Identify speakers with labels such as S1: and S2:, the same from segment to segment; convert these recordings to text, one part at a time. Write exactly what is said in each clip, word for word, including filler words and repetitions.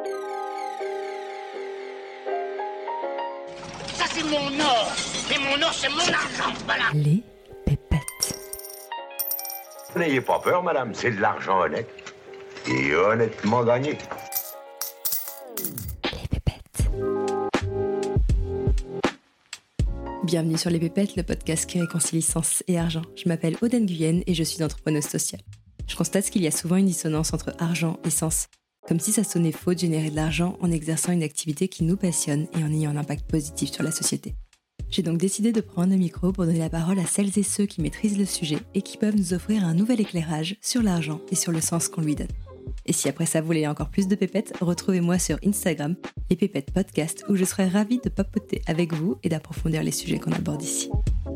S1: Ça, c'est mon or. Et mon or, c'est mon argent. Voilà.
S2: Les pépettes.
S3: N'ayez pas peur, madame. C'est de l'argent honnête. Et honnêtement gagné.
S2: Les pépettes. Bienvenue sur Les Pépettes, le podcast qui réconcilie sens et argent. Je m'appelle Aude Nguyen et je suis entrepreneuse sociale. Je constate qu'il y a souvent une dissonance entre argent et sens. Comme si ça sonnait faux de générer de l'argent en exerçant une activité qui nous passionne et en ayant un impact positif sur la société. J'ai donc décidé de prendre le micro pour donner la parole à celles et ceux qui maîtrisent le sujet et qui peuvent nous offrir un nouvel éclairage sur l'argent et sur le sens qu'on lui donne. Et si après ça vous voulez encore plus de pépettes, retrouvez-moi sur Instagram, les Pépettes Podcast, où je serai ravie de papoter avec vous et d'approfondir les sujets qu'on aborde ici.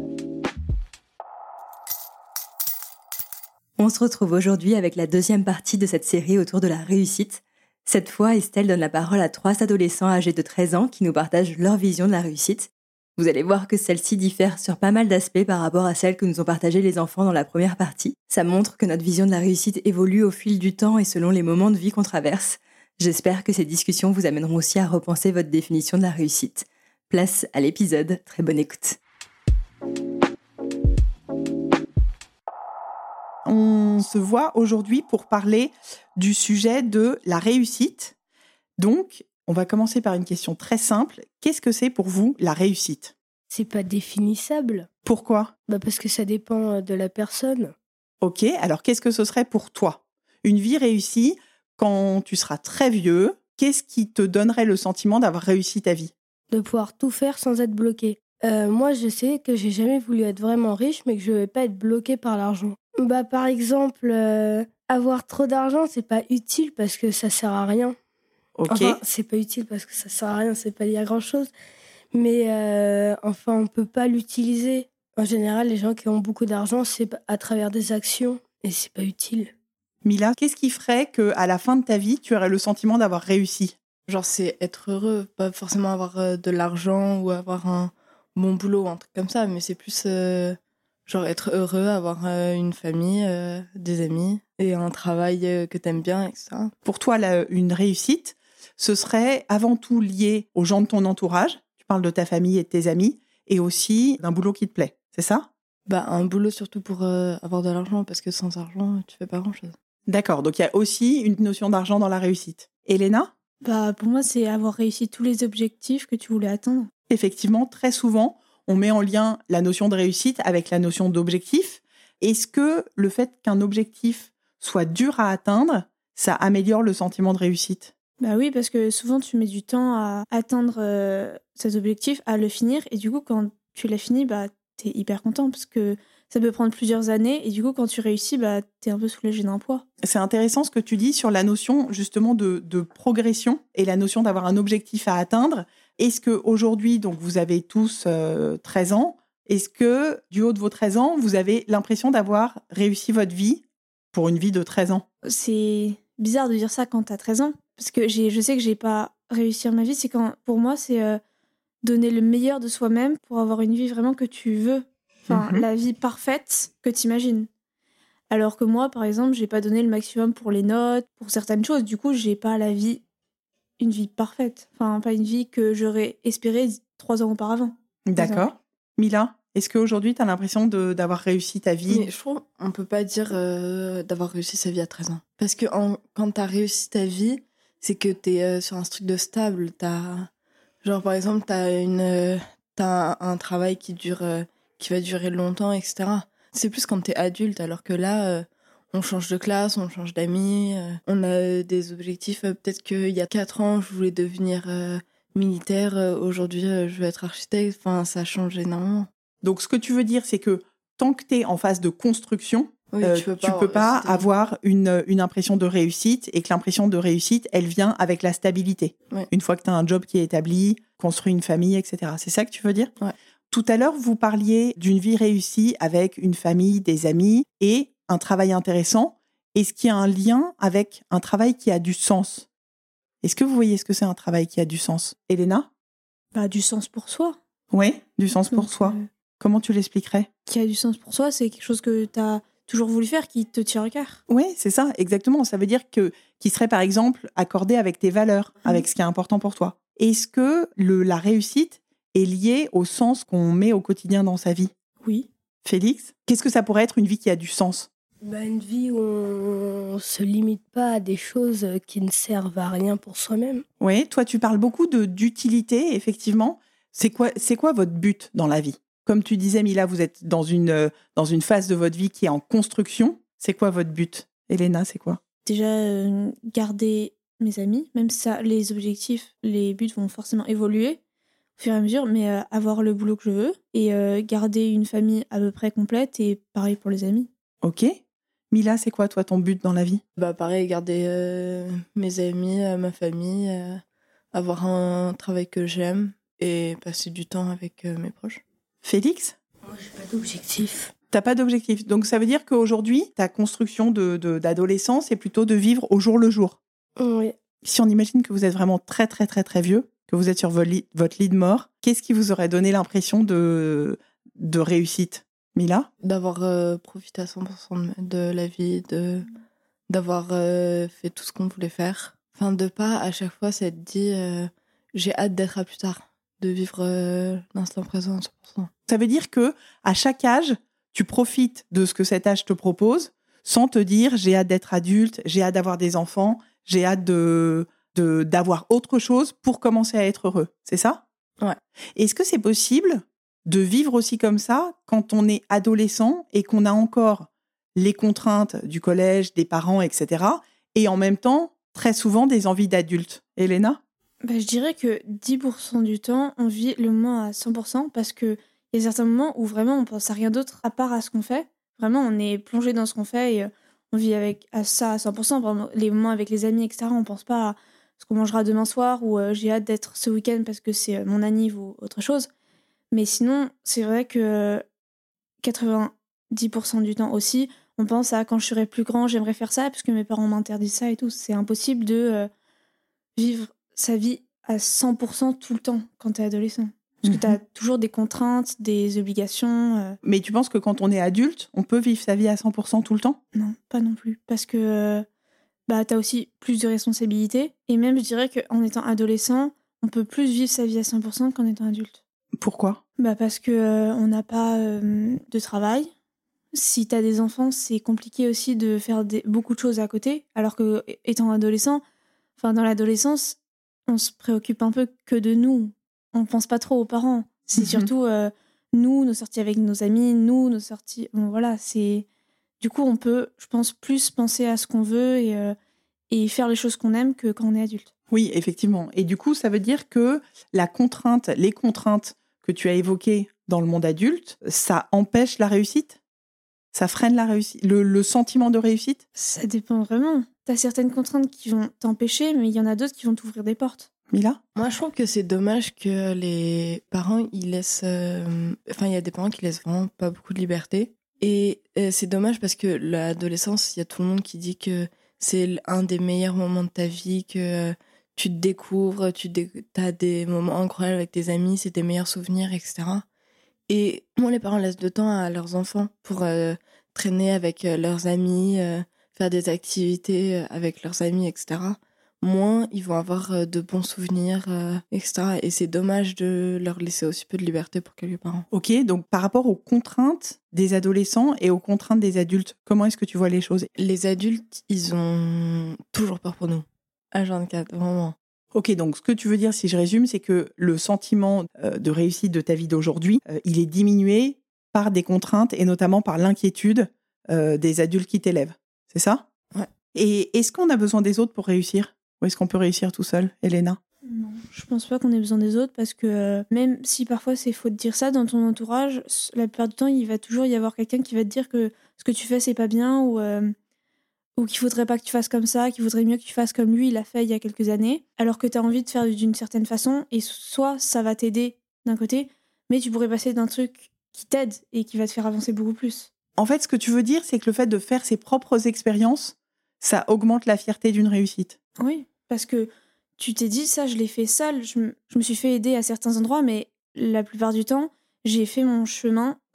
S2: On se retrouve aujourd'hui avec la deuxième partie de cette série autour de la réussite. Cette fois, Estelle donne la parole à trois adolescents âgés de treize ans qui nous partagent leur vision de la réussite. Vous allez voir que celle-ci diffère sur pas mal d'aspects par rapport à celle que nous ont partagées les enfants dans la première partie. Ça montre que notre vision de la réussite évolue au fil du temps et selon les moments de vie qu'on traverse. J'espère que ces discussions vous amèneront aussi à repenser votre définition de la réussite. Place à l'épisode, très bonne écoute.
S4: On se voit aujourd'hui pour parler du sujet de la réussite. Donc, on va commencer par une question très simple. Qu'est-ce que c'est pour vous la réussite ?
S5: C'est pas définissable.
S4: Pourquoi ?
S5: Bah parce que ça dépend de la personne.
S4: Ok, alors qu'est-ce que ce serait pour toi ? Une vie réussie, quand tu seras très vieux, qu'est-ce qui te donnerait le sentiment d'avoir réussi ta vie ?
S5: De pouvoir tout faire sans être bloqué. Euh, moi, je sais que j'ai jamais voulu être vraiment riche, mais que je vais pas être bloqué par l'argent. Bah, par exemple, euh, avoir trop d'argent, c'est pas utile parce que ça sert à rien.
S4: Ok.
S5: Enfin, c'est pas utile parce que ça sert à rien, c'est pas lié à grand chose. Mais euh, enfin, on peut pas l'utiliser. En général, les gens qui ont beaucoup d'argent, c'est à travers des actions et c'est pas utile.
S4: Mila, qu'est-ce qui ferait qu'à la fin de ta vie, tu aurais le sentiment d'avoir réussi ?
S6: Genre, c'est être heureux, pas forcément avoir euh, de l'argent ou avoir un bon boulot, un truc comme ça, mais c'est plus euh, genre être heureux, avoir euh, une famille, euh, des amis et un travail euh, que t'aimes bien, et cetera.
S4: Pour toi, la, une réussite, ce serait avant tout lié aux gens de ton entourage. Tu parles de ta famille et de tes amis, et aussi d'un boulot qui te plaît, c'est ça ?
S6: Bah, un boulot surtout pour euh, avoir de l'argent, parce que sans argent, tu fais pas grand-chose.
S4: D'accord, donc il y a aussi une notion d'argent dans la réussite. Elena ?
S7: Bah, pour moi, c'est avoir réussi tous les objectifs que tu voulais atteindre.
S4: Effectivement, très souvent, on met en lien la notion de réussite avec la notion d'objectif. Est-ce que le fait qu'un objectif soit dur à atteindre, ça améliore le sentiment de réussite ?
S7: Bah oui, parce que souvent, tu mets du temps à atteindre euh, cet objectif, à le finir. Et du coup, quand tu l'as fini, bah, t'es hyper content parce que ça peut prendre plusieurs années. Et du coup, quand tu réussis, bah, t'es un peu soulagé d'un poids.
S4: C'est intéressant ce que tu dis sur la notion justement de, de progression et la notion d'avoir un objectif à atteindre. Est-ce qu'aujourd'hui, donc vous avez tous euh, treize ans, est-ce que du haut de vos treize ans, vous avez l'impression d'avoir réussi votre vie pour une vie de treize ans ?
S7: C'est bizarre de dire ça quand t'as treize ans. Parce que j'ai, je sais que j'ai pas réussi ma vie. C'est quand, pour moi, c'est euh, donner le meilleur de soi-même pour avoir une vie vraiment que tu veux. Enfin, mm-hmm. La vie parfaite que t'imagines. Alors que moi, par exemple, j'ai pas donné le maximum pour les notes, pour certaines choses. Du coup, j'ai pas la vie, une vie parfaite. Enfin, pas une vie que j'aurais espéré trois ans auparavant.
S4: D'accord. Mila, est-ce qu'aujourd'hui, tu as l'impression de, d'avoir réussi ta vie ?
S6: Mais je trouve qu'on peut pas dire euh, d'avoir réussi sa vie à treize ans. Parce que en, quand t'as réussi ta vie, c'est que t'es euh, sur un truc de stable. T'as, genre, par exemple, t'as, une, euh, t'as un, un travail qui, dure, euh, qui va durer longtemps, et cetera. C'est plus quand t'es adulte, alors que là, euh, on change de classe, on change d'amis, euh, on a des objectifs. Euh, peut-être qu'il y a quatre ans, je voulais devenir euh, militaire. Euh, aujourd'hui, euh, je veux être architecte. Enfin, ça change énormément.
S4: Donc, ce que tu veux dire, c'est que tant que t'es en phase de construction,
S6: oui,
S4: euh,
S6: tu peux pas,
S4: tu peux pas avoir une, une impression de réussite et que l'impression de réussite, elle vient avec la stabilité.
S6: Oui.
S4: Une fois que tu as un job qui est établi, construit une famille, et cetera. C'est ça que tu veux dire ?
S6: Ouais.
S4: Tout à l'heure, vous parliez d'une vie réussie avec une famille, des amis et un travail intéressant. Est-ce qu'il y a un lien avec un travail qui a du sens ? Est-ce que vous voyez ce que c'est un travail qui a du sens ? Elena ?
S7: Bah, du sens pour soi.
S4: Oui, du sens pour
S7: Donc,
S4: soi.
S7: Euh...
S4: Comment tu l'expliquerais ?
S7: Qui a du sens pour soi, c'est quelque chose que t'as, toujours voulu faire qui te tient à cœur.
S4: Oui, c'est ça, exactement. Ça veut dire que qui serait par exemple accordé avec tes valeurs, mmh. avec ce qui est important pour toi. Est-ce que le, la réussite est liée au sens qu'on met au quotidien dans sa vie ?
S5: Oui.
S4: Félix, qu'est-ce que ça pourrait être une vie qui a du sens ?
S5: Bah, une vie où on ne se limite pas à des choses qui ne servent à rien pour soi-même.
S4: Oui, toi tu parles beaucoup de, d'utilité, effectivement. C'est quoi, c'est quoi votre but dans la vie ? Comme tu disais, Mila, vous êtes dans une, dans une phase de votre vie qui est en construction. C'est quoi votre but ? Elena, c'est quoi ?
S7: Déjà, euh, garder mes amis, même si ça, les objectifs, les buts vont forcément évoluer au fur et à mesure, mais euh, avoir le boulot que je veux et euh, garder une famille à peu près complète et pareil pour les amis.
S4: Ok. Mila, c'est quoi, toi, ton but dans la vie ?
S6: Bah pareil, garder euh, mes amis, euh, ma famille, euh, avoir un travail que j'aime et passer du temps avec euh, mes proches.
S4: Félix ?
S5: Moi, j'ai pas d'objectif.
S4: T'as pas d'objectif. Donc, ça veut dire qu'aujourd'hui, ta construction de, de, d'adolescence est plutôt de vivre au jour le jour.
S5: Oui.
S4: Si on imagine que vous êtes vraiment très, très, très, très vieux, que vous êtes sur votre lit, votre lit de mort, qu'est-ce qui vous aurait donné l'impression de, de réussite ? Mila ?
S6: D'avoir euh, profité à cent pour cent de, de la vie, de, d'avoir euh, fait tout ce qu'on voulait faire. Enfin, de pas à chaque fois s'être dit euh, j'ai hâte d'être à plus tard, de vivre euh, l'instant présent à cent pour cent.
S4: Ça veut dire que à chaque âge, tu profites de ce que cet âge te propose sans te dire j'ai hâte d'être adulte, j'ai hâte d'avoir des enfants, j'ai hâte de, de, d'avoir autre chose pour commencer à être heureux. C'est ça ?
S6: Ouais.
S4: Est-ce que c'est possible de vivre aussi comme ça quand on est adolescent et qu'on a encore les contraintes du collège, des parents, et cetera, et en même temps, très souvent, des envies d'adulte ? Elena ?
S7: Bah, je dirais que dix pour cent du temps, on vit le moment à cent pour cent parce qu'il y a certains moments où vraiment on pense à rien d'autre à part à ce qu'on fait. Vraiment, on est plongé dans ce qu'on fait et on vit avec à ça à cent pour cent. Par exemple, les moments avec les amis, et cetera, on pense pas à ce qu'on mangera demain soir ou euh, j'ai hâte d'être ce week-end parce que c'est mon anniv ou autre chose. Mais sinon, c'est vrai que quatre-vingt-dix pour cent du temps aussi, on pense à quand je serai plus grand, j'aimerais faire ça parce que mes parents m'interdisent ça et tout. C'est impossible de euh, vivre sa vie à cent pour cent tout le temps quand t'es adolescent. Parce que t'as toujours des contraintes, des obligations. Euh...
S4: Mais tu penses que quand on est adulte, on peut vivre sa vie à cent pour cent tout le temps ?
S7: Non, pas non plus. Parce que euh, bah, t'as aussi plus de responsabilités. Et même, je dirais qu'en étant adolescent, on peut plus vivre sa vie à cent pour cent qu'en étant adulte.
S4: Pourquoi ?
S7: Bah parce que euh, on n'a pas euh, de travail. Si t'as des enfants, c'est compliqué aussi de faire des, beaucoup de choses à côté. Alors que étant adolescent, enfin dans l'adolescence, on se préoccupe un peu que de nous. On pense pas trop aux parents. C'est mm-hmm. surtout euh, nous, nos sorties avec nos amis, nous, nos sorties. Bon voilà, c'est du coup on peut, je pense, plus penser à ce qu'on veut et euh, et faire les choses qu'on aime que quand on est adulte.
S4: Oui, effectivement. Et du coup, ça veut dire que la contrainte, les contraintes que tu as évoquées dans le monde adulte, ça empêche la réussite ? Ça freine la réussite, le, le sentiment de réussite ?
S7: Ça dépend vraiment. T'as certaines contraintes qui vont t'empêcher, mais il y en a d'autres qui vont t'ouvrir des portes.
S4: Mila ?
S6: Moi, je trouve que c'est dommage que les parents, ils laissent... Euh... Enfin, il y a des parents qui laissent vraiment pas beaucoup de liberté. Et euh, c'est dommage parce que l'adolescence, il y a tout le monde qui dit que c'est un des meilleurs moments de ta vie, que... Euh, tu te découvres, tu dé... as des moments incroyables avec tes amis, c'est tes meilleurs souvenirs, et cetera. Et moi, les parents laissent de temps à leurs enfants pour euh, traîner avec euh, leurs amis, euh, faire des activités euh, avec leurs amis, et cetera. Moins ils vont avoir euh, de bons souvenirs, euh, et cetera. Et c'est dommage de leur laisser aussi peu de liberté pour quelques parents.
S4: Ok, donc par rapport aux contraintes des adolescents et aux contraintes des adultes, comment est-ce que tu vois les choses ?
S6: Les adultes, ils ont toujours peur pour nous. H vingt-quatre, vraiment.
S4: Ok, donc ce que tu veux dire, si je résume, c'est que le sentiment euh, de réussite de ta vie d'aujourd'hui, euh, il est diminué par des contraintes et notamment par l'inquiétude euh, des adultes qui t'élèvent. C'est ça ?
S6: Ouais.
S4: Et est-ce qu'on a besoin des autres pour réussir ? Ou est-ce qu'on peut réussir tout seul, Elena ?
S7: Non, je pense pas qu'on ait besoin des autres parce que euh, même si parfois c'est faux de dire ça, dans ton entourage, la plupart du temps, il va toujours y avoir quelqu'un qui va te dire que ce que tu fais, c'est pas bien ou... Euh, ou qu'il faudrait pas que tu fasses comme ça, qu'il vaudrait mieux que tu fasses comme lui, il a fait il y a quelques années, alors que tu as envie de faire d'une certaine façon, et soit ça va t'aider d'un côté, mais tu pourrais passer d'un truc qui t'aide et qui va te faire avancer beaucoup plus.
S4: En fait, ce que tu veux dire, c'est que le fait de faire ses propres expériences, ça augmente la fierté d'une réussite.
S7: Oui, parce que tu t'es dit, ça, je l'ai fait seule, je, m- je me suis fait aider à certains endroits, mais la plupart du temps, j'ai fait mon chemin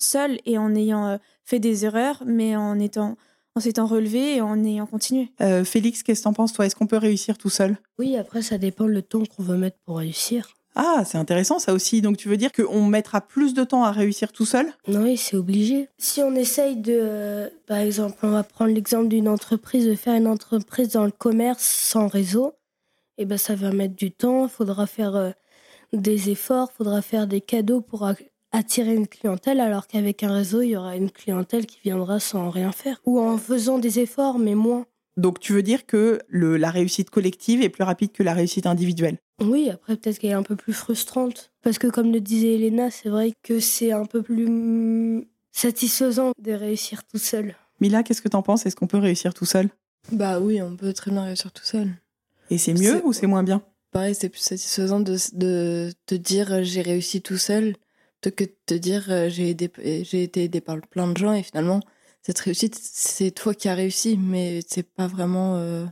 S7: seul et en ayant euh, fait des erreurs, mais en étant en s'étant relevé et en ayant continué.
S4: Euh, Félix, qu'est-ce que t'en penses, toi? Est-ce qu'on peut réussir tout seul?
S5: Oui, après, ça dépend le temps qu'on veut mettre pour réussir.
S4: Ah, c'est intéressant ça aussi. Donc tu veux dire qu'on mettra plus de temps à réussir tout seul?
S5: Oui, c'est obligé. Si on essaye de, euh, par exemple, on va prendre l'exemple d'une entreprise, de faire une entreprise dans le commerce sans réseau, eh ben, ça va mettre du temps, il faudra faire euh, des efforts, il faudra faire des cadeaux pour a- attirer une clientèle, alors qu'avec un réseau, il y aura une clientèle qui viendra sans rien faire. Ou en faisant des efforts, mais moins.
S4: Donc tu veux dire que le, la réussite collective est plus rapide que la réussite individuelle?
S5: Oui, après peut-être qu'elle est un peu plus frustrante. Parce que comme le disait Elena, c'est vrai que c'est un peu plus mm, satisfaisant de réussir tout seul.
S4: Mila, qu'est-ce que t'en penses? Est-ce qu'on peut réussir tout seul?
S6: Bah oui, on peut très bien réussir tout seul.
S4: Et c'est mieux
S6: C'est-
S4: ou c'est moins bien?
S6: Pareil, c'est plus satisfaisant de, de te dire euh, j'ai réussi tout seul plutôt que de te dire euh, j'ai, aidé, j'ai été aidé par plein de gens et finalement cette réussite c'est toi qui as réussi, mais c'est pas vraiment euh...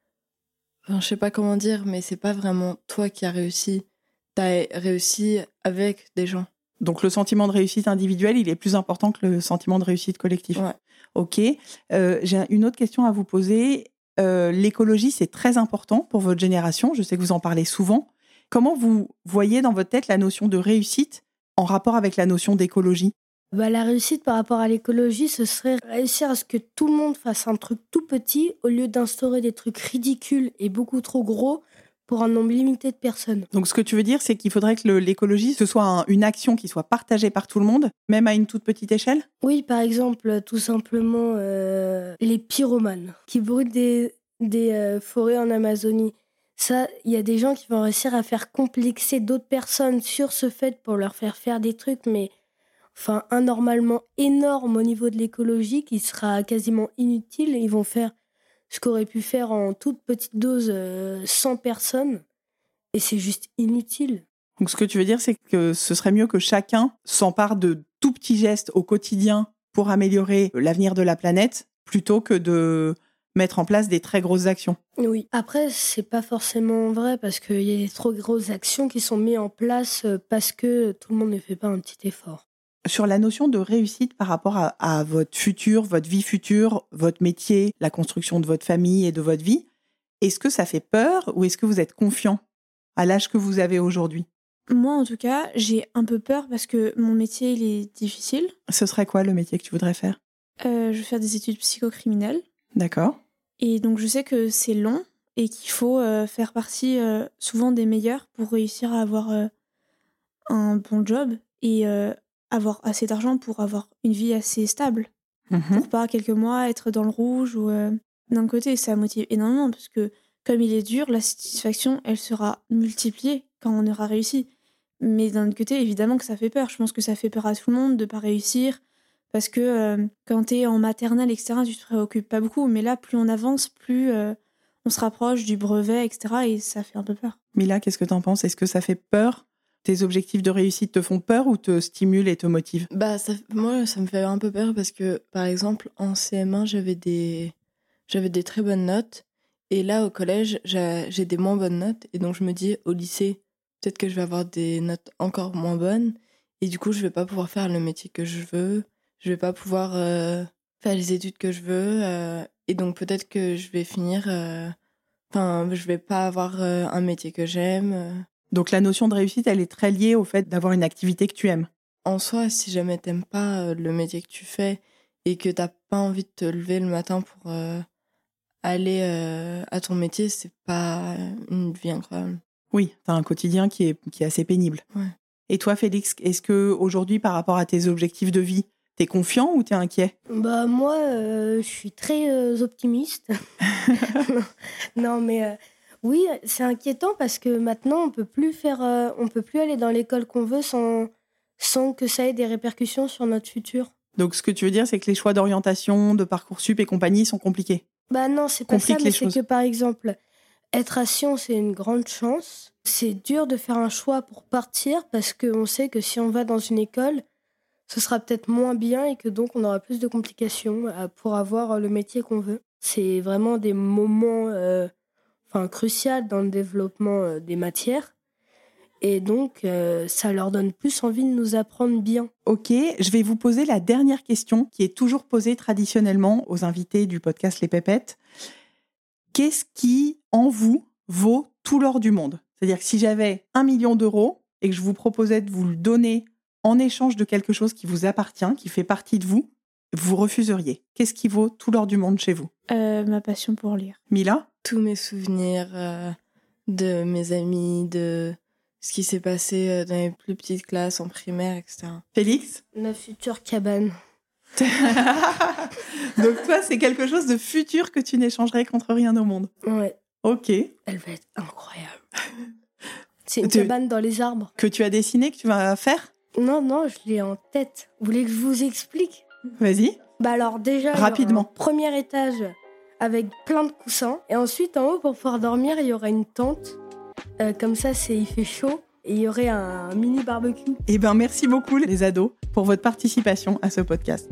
S6: enfin, je sais pas comment dire, mais c'est pas vraiment toi qui as réussi, t'as réussi avec des gens.
S4: Donc le sentiment de réussite individuelle, il est plus important que le sentiment de réussite collective.
S6: Ouais.
S4: Ok. Euh, j'ai une autre question à vous poser. Euh, l'écologie, c'est très important pour votre génération. Je sais que vous en parlez souvent. Comment vous voyez dans votre tête la notion de réussite en rapport avec la notion d'écologie?
S5: Bah, la réussite par rapport à l'écologie, ce serait réussir à ce que tout le monde fasse un truc tout petit au lieu d'instaurer des trucs ridicules et beaucoup trop gros pour un nombre limité de personnes.
S4: Donc ce que tu veux dire, c'est qu'il faudrait que le- l'écologie, ce soit un- une action qui soit partagée par tout le monde, même à une toute petite échelle?
S5: Oui, par exemple, tout simplement euh, les pyromanes qui brûlent des, des euh, forêts en Amazonie. Ça, il y a des gens qui vont réussir à faire complexer d'autres personnes sur ce fait pour leur faire faire des trucs, mais enfin, anormalement énorme au niveau de l'écologie qui sera quasiment inutile. Ils vont faire ce qu'aurait pu faire en toute petite dose euh, cent personnes et c'est juste inutile.
S4: Donc ce que tu veux dire, c'est que ce serait mieux que chacun s'empare de tout petits gestes au quotidien pour améliorer l'avenir de la planète, plutôt que de mettre en place des très grosses actions.
S5: Oui. Après, c'est pas forcément vrai parce qu'il y a des trop grosses actions qui sont mises en place euh, parce que tout le monde ne fait pas un petit effort.
S4: Sur la notion de réussite par rapport à, à votre futur, votre vie future, votre métier, la construction de votre famille et de votre vie, est-ce que ça fait peur ou est-ce que vous êtes confiant à l'âge que vous avez aujourd'hui?
S7: Moi, en tout cas, j'ai un peu peur parce que mon métier, il est difficile.
S4: Ce serait quoi le métier que tu voudrais faire?
S7: Euh, je vais faire des études psychocriminelles.
S4: D'accord.
S7: Et donc, je sais que c'est long et qu'il faut euh, faire partie euh, souvent des meilleurs pour réussir à avoir euh, un bon job et euh, avoir assez d'argent pour avoir une vie assez stable.
S4: Mhm.
S7: Pour pas quelques mois être dans le rouge ou euh, d'un côté ça motive énormément parce que comme il est dur, la satisfaction elle sera multipliée quand on aura réussi, mais d'un autre côté évidemment que ça fait peur. Je pense que ça fait peur à tout le monde de pas réussir parce que euh, quand t'es en maternelle etc tu te préoccupes pas beaucoup, mais là plus on avance plus euh, on se rapproche du brevet etc et ça fait un peu peur.
S4: Mila, qu'est-ce que t'en penses? Est-ce que ça fait peur? Tes objectifs de réussite te font peur ou te stimulent et te motivent?
S6: Bah ça, moi ça me fait un peu peur parce que par exemple en C M un j'avais des j'avais des très bonnes notes et là au collège j'ai, j'ai des moins bonnes notes et donc je me dis au lycée peut-être que je vais avoir des notes encore moins bonnes et du coup je vais pas pouvoir faire le métier que je veux, je vais pas pouvoir euh, faire les études que je veux euh, et donc peut-être que je vais finir euh, enfin je vais pas avoir euh, un métier que j'aime. euh.
S4: Donc la notion de réussite, elle est très liée au fait d'avoir une activité que tu aimes.
S6: En soi, si jamais t'aimes pas euh, le métier que tu fais et que t'as pas envie de te lever le matin pour euh, aller euh, à ton métier, c'est pas une vie incroyable.
S4: Oui, t'as un quotidien qui est, qui est assez pénible.
S6: Ouais.
S4: Et toi, Félix, est-ce que aujourd'hui, par rapport à tes objectifs de vie, t'es confiant ou t'es inquiet?
S5: Bah moi, euh, je suis très euh, optimiste. non, non, mais euh, oui, c'est inquiétant parce que maintenant on peut plus faire, euh, on peut plus aller dans l'école qu'on veut sans sans que ça ait des répercussions sur notre futur.
S4: Donc ce que tu veux dire, c'est que les choix d'orientation, de Parcoursup et compagnie sont compliqués.
S5: Bah non, c'est pas ça,
S4: Complique
S5: mais
S4: les
S5: c'est
S4: choses.
S5: que par exemple, être à Sion, c'est une grande chance. C'est dur de faire un choix pour partir parce qu'on sait que si on va dans une école, ce sera peut-être moins bien et que donc on aura plus de complications euh, pour avoir le métier qu'on veut. C'est vraiment des moments euh, enfin, cruciaux dans le développement euh, des matières. Et donc, euh, ça leur donne plus envie de nous apprendre bien.
S4: Ok, je vais vous poser la dernière question qui est toujours posée traditionnellement aux invités du podcast Les Pépettes. Qu'est-ce qui, en vous, vaut tout l'or du monde ? C'est-à-dire que si j'avais un million d'euros et que je vous proposais de vous le donner en échange de quelque chose qui vous appartient, qui fait partie de vous, vous refuseriez. Qu'est-ce qui vaut tout l'or du monde chez vous ?
S7: Euh, ma passion pour lire.
S4: Mila ?
S6: Tous mes souvenirs euh, de mes amis, de ce qui s'est passé dans les plus petites classes en primaire, et cetera.
S4: Félix ?
S5: Ma future cabane.
S4: Donc toi, c'est quelque chose de futur que tu n'échangerais contre rien au monde.
S5: Ouais.
S4: Ok.
S5: Elle va être incroyable. C'est une
S4: Tu-
S5: cabane dans les arbres.
S4: Que tu as dessiné, que tu vas faire ?
S5: Non, non, je l'ai en tête. Vous voulez que je vous explique ?
S4: Vas-y.
S5: Bah alors déjà, il y aura
S4: Rapidement.
S5: un premier étage avec plein de coussins. Et ensuite, en haut, pour pouvoir dormir, il y aura une tente. Euh, comme ça, c'est, il fait chaud. Et il y aurait un mini barbecue.
S4: Eh ben, merci beaucoup, les ados, pour votre participation à ce podcast.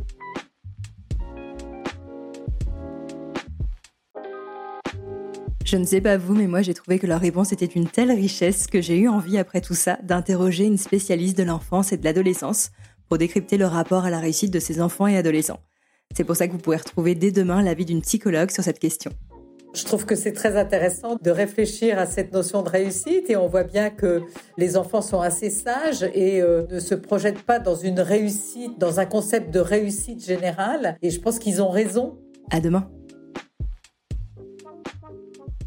S2: Je ne sais pas vous, mais moi j'ai trouvé que leur réponse était une telle richesse que j'ai eu envie après tout ça d'interroger une spécialiste de l'enfance et de l'adolescence pour décrypter le rapport à la réussite de ces enfants et adolescents. C'est pour ça que vous pouvez retrouver dès demain l'avis d'une psychologue sur cette question.
S8: Je trouve que c'est très intéressant de réfléchir à cette notion de réussite et on voit bien que les enfants sont assez sages et euh, ne se projettent pas dans une réussite, dans un concept de réussite générale et je pense qu'ils ont raison.
S2: À demain.